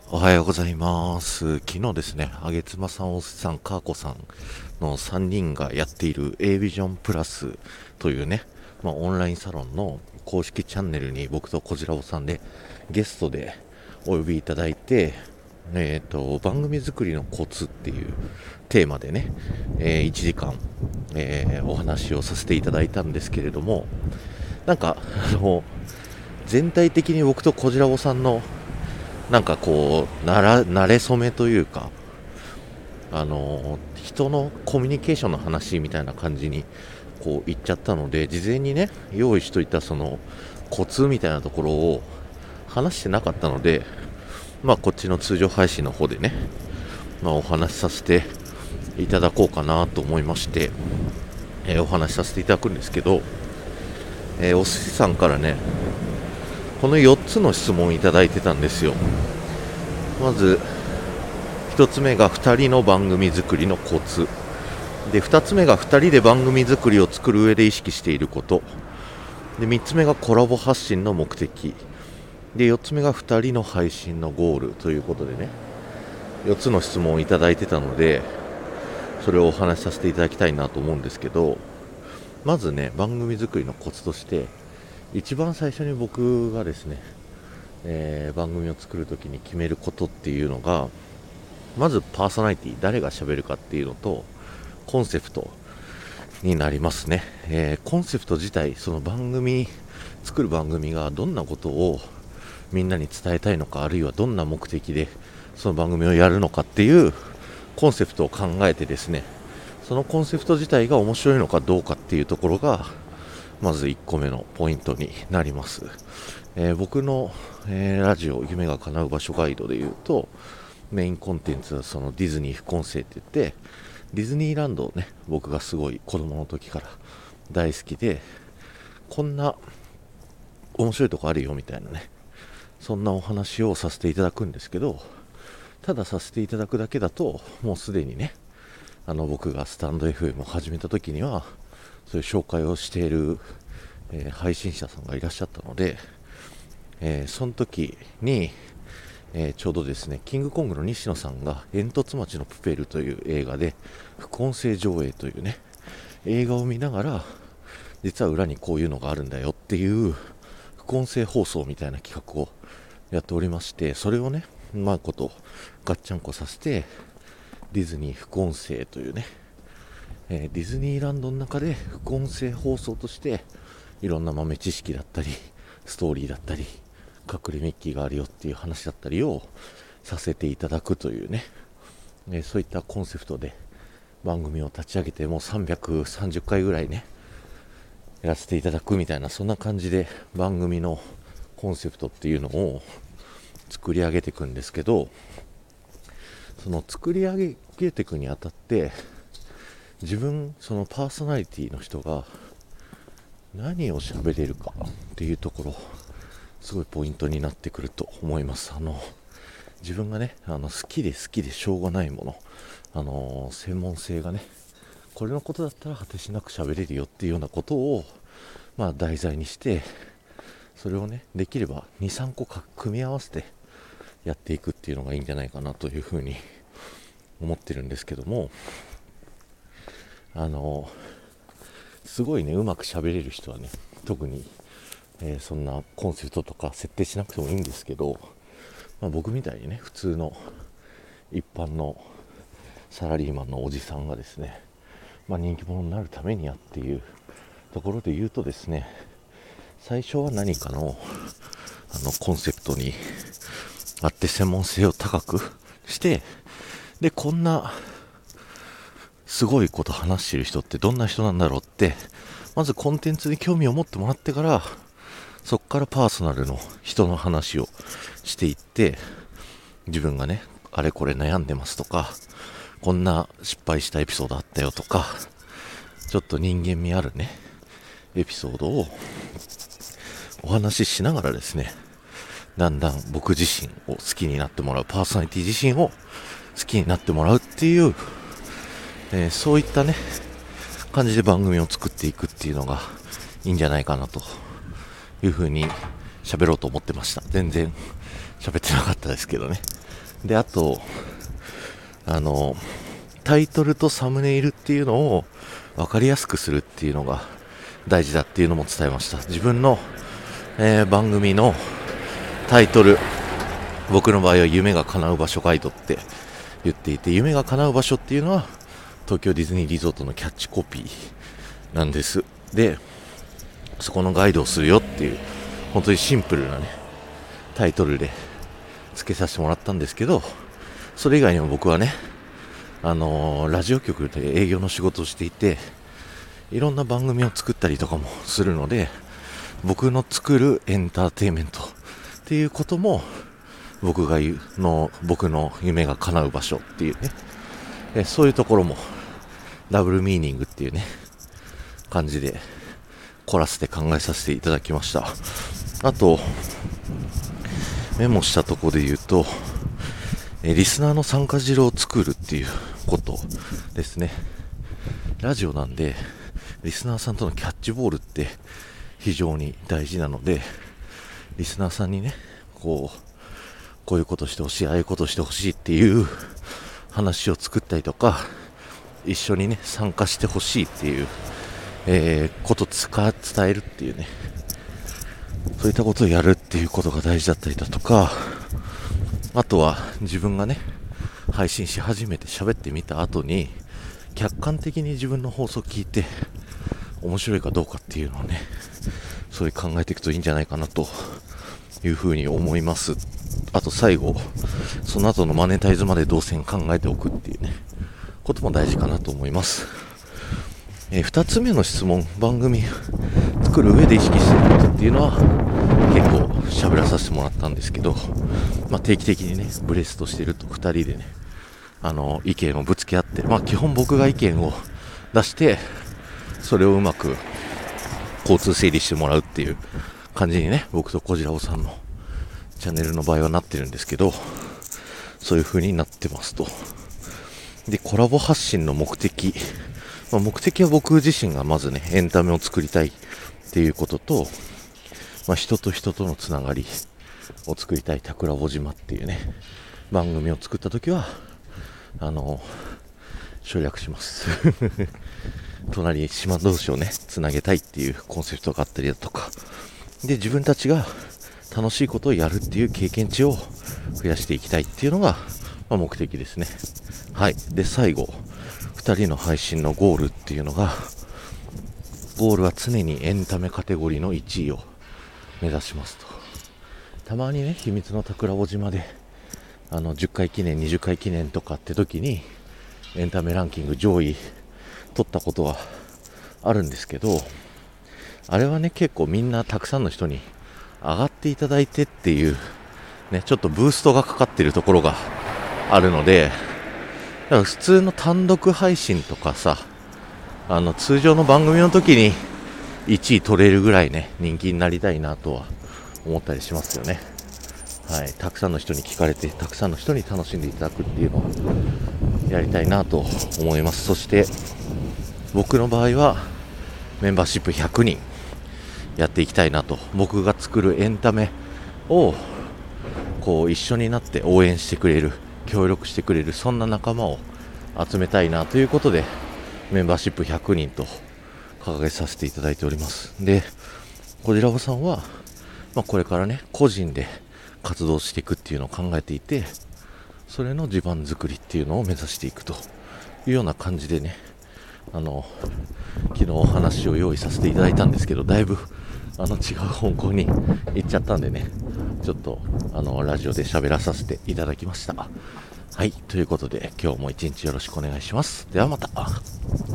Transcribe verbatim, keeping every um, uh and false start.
おはようございます。昨日ですね、あげつまさん、おすさん、かーこさんのさんにんがやっている A ビジョンプラスというね、まあ、オンラインサロンの公式チャンネルに僕とこじらぼさんでゲストでお呼びいただいて、えーと、番組作りのコツっていうテーマでね、えーいちじかん、えーお話をさせていただいたんですけれども、なんか、あの、全体的に僕とこじらぼさんのなんかこうなら慣れ初めというか、あの人のコミュニケーションの話みたいな感じにこう言っちゃったので、事前にね用意しといたそのコツみたいなところを話してなかったので、まあこっちの通常配信の方でね、まあ、お話しさせていただこうかなと思いまして、えーお話しさせていただくんですけど、えーおすしさんからね、このよっつの質問をいただいてたんですよ。まずひとつめがふたりの番組作りのコツで、ふたつめがふたりで番組作りを作る上で意識していることで、みっつめがコラボ発信の目的で、よっつめがふたりの配信のゴールということでね、よっつの質問をいただいてたので、それをお話しさせていただきたいなと思うんですけど、まずね、番組作りのコツとして一番最初に僕がですね、えー番組を作るときに決めることっていうのが、まずパーソナリティ、誰が喋るかっていうのとコンセプトになりますね。えーコンセプト自体、その番組作る番組がどんなことをみんなに伝えたいのか、あるいはどんな目的でその番組をやるのかっていうコンセプトを考えてですね、そのコンセプト自体が面白いのかどうかっていうところがまずいっこめのポイントになります。えー僕の、えーラジオ夢が叶う場所ガイドでいうと、メインコンテンツはそのディズニー副音声って言って、ディズニーランドをね、僕がすごい子供の時から大好きで、こんな面白いとこあるよみたいなね、そんなお話をさせていただくんですけど、たださせていただくだけだともうすでにね、あの僕がスタンド エフエム を始めた時にはそういう紹介をしている、えー配信者さんがいらっしゃったので、えーその時に、えーちょうどですね、キングコングの西野さんが煙突町のプペルという映画で副音声上映というね、映画を見ながら実は裏にこういうのがあるんだよっていう副音声放送みたいな企画をやっておりまして、それをね、うまいことガッチャンコさせて、ディズニー副音声というね、えーディズニーランドの中で副音声放送としていろんな豆知識だったりストーリーだったり隠れミッキーがあるよっていう話だったりをさせていただくというね、えーそういったコンセプトで番組を立ち上げて、もうさんびゃくさんじゅっかいぐらいねやらせていただくみたいな、そんな感じで番組のコンセプトっていうのを作り上げていくんですけど、その作り上げていくにあたって、自分そのパーソナリティの人が何を喋れるかっていうところ、すごいポイントになってくると思います。あの自分がね、あの好きで好きでしょうがないもの、あの専門性がね、これのことだったら果てしなく喋れるよっていうようなことを、まあ、題材にして、それをねできればにさんこか組み合わせてやっていくっていうのがいいんじゃないかなというふうに思ってるんですけども、あのすごいねうまく喋れる人はね、特に、えーそんなコンセプトとか設定しなくてもいいんですけど、まあ、僕みたいにね普通の一般のサラリーマンのおじさんがですね、まあ、人気者になるためにはっていうところで言うとですね、最初は何かのあのコンセプトにあって専門性を高くして、でこんなすごいこと話してる人ってどんな人なんだろうって、まずコンテンツに興味を持ってもらってから、そこからパーソナルの人の話をしていって、自分がねあれこれ悩んでますとか、こんな失敗したエピソードあったよとか、ちょっと人間味あるねエピソードをお話ししながらですね、だんだん僕自身を好きになってもらう、パーソナリティ自身を好きになってもらうっていう、えーそういったね感じで番組を作っていくっていうのがいいんじゃないかなというふうに喋ろうと思ってました。全然喋ってなかったですけどね。 で、あと、あの、タイトルとサムネイルっていうのを分かりやすくするっていうのが大事だっていうのも伝えました。自分の、えー、番組のタイトル、僕の場合は夢が叶う場所ガイドって言っていて、夢が叶う場所っていうのは東京ディズニーリゾートのキャッチコピーなんです。で、そこのガイドをするよっていう本当にシンプルなねタイトルで付けさせてもらったんですけど、それ以外にも僕はね、あのー、ラジオ局で営業の仕事をしていて、いろんな番組を作ったりとかもするので、僕の作るエンターテインメントっていうことも僕が言うの僕の夢が叶う場所っていうね、えそういうところもダブルミーニングっていうね感じで凝らせて考えさせていただきました。あとメモしたところで言うと、えリスナーの参加汁を作るっていうことですね。ラジオなんでリスナーさんとのキャッチボールって非常に大事なので、リスナーさんにねこうこういうことしてほしい、ああいうことしてほしいっていう話を作ったりとか、一緒にね参加してほしいっていう、えー、ことを伝えるっていうね、そういったことをやるっていうことが大事だったりだとか、あとは自分がね配信し始めて喋ってみた後に客観的に自分の放送を聞いて面白いかどうかっていうのをね、そういう考えていくといいんじゃないかなというふうに思います。あと最後、その後のマネタイズまで動線考えておくっていうねことも大事かなと思います。えー、ふたつめの質問、番組作る上で意識していることっていうのは結構喋らさせてもらったんですけど、まあ、定期的にねブレストしてるとふたりでねあの意見をぶつけ合って、まあ、基本僕が意見を出してそれをうまく交通整理してもらうっていう感じにね、僕とこじらぼさんのチャンネルの場合はなってるんですけど、そういう風になってますと。で、コラボ発信の目的、まあ、目的は僕自身がまずねエンタメを作りたいっていうことと、まあ、人と人とのつながりを作りたいタクラボ島っていうね番組を作った時はあの省略します隣島同士をねつなげたいっていうコンセプトがあったりだとかで、自分たちが楽しいことをやるっていう経験値を増やしていきたいっていうのが、まあ、目的ですね。はい。で、最後ふたりの配信のゴールっていうのが、ゴールは常にエンタメカテゴリーのいちいを目指しますと。たまにね秘密の桜尾島であのじゅっかい記念にじゅっかい記念とかって時にエンタメランキング上位取ったことはあるんですけど、あれはね結構みんなたくさんの人に上がっていただいてっていうね、ちょっとブーストがかかっているところがあるので、だから普通の単独配信とかさ、あの通常の番組の時にいちい取れるぐらいね人気になりたいなとは思ったりしますよね。はい、たくさんの人に聞かれてたくさんの人に楽しんでいただくっていうのをやりたいなと思います。そして僕の場合はメンバーシップひゃくにんやっていきたいなと、僕が作るエンタメをこう一緒になって応援してくれる、協力してくれる、そんな仲間を集めたいなということでメンバーシップひゃくにんと掲げさせていただいております。で、こじらぼさんは、まあ、これからね個人で活動していくっていうのを考えていて、それの地盤作りっていうのを目指していくというような感じでね、あの昨日お話を用意させていただいたんですけど、だいぶあの違う方向に行っちゃったんでね、ちょっとあのラジオで喋らさせていただきました。はい、ということで今日も一日よろしくお願いします。ではまた。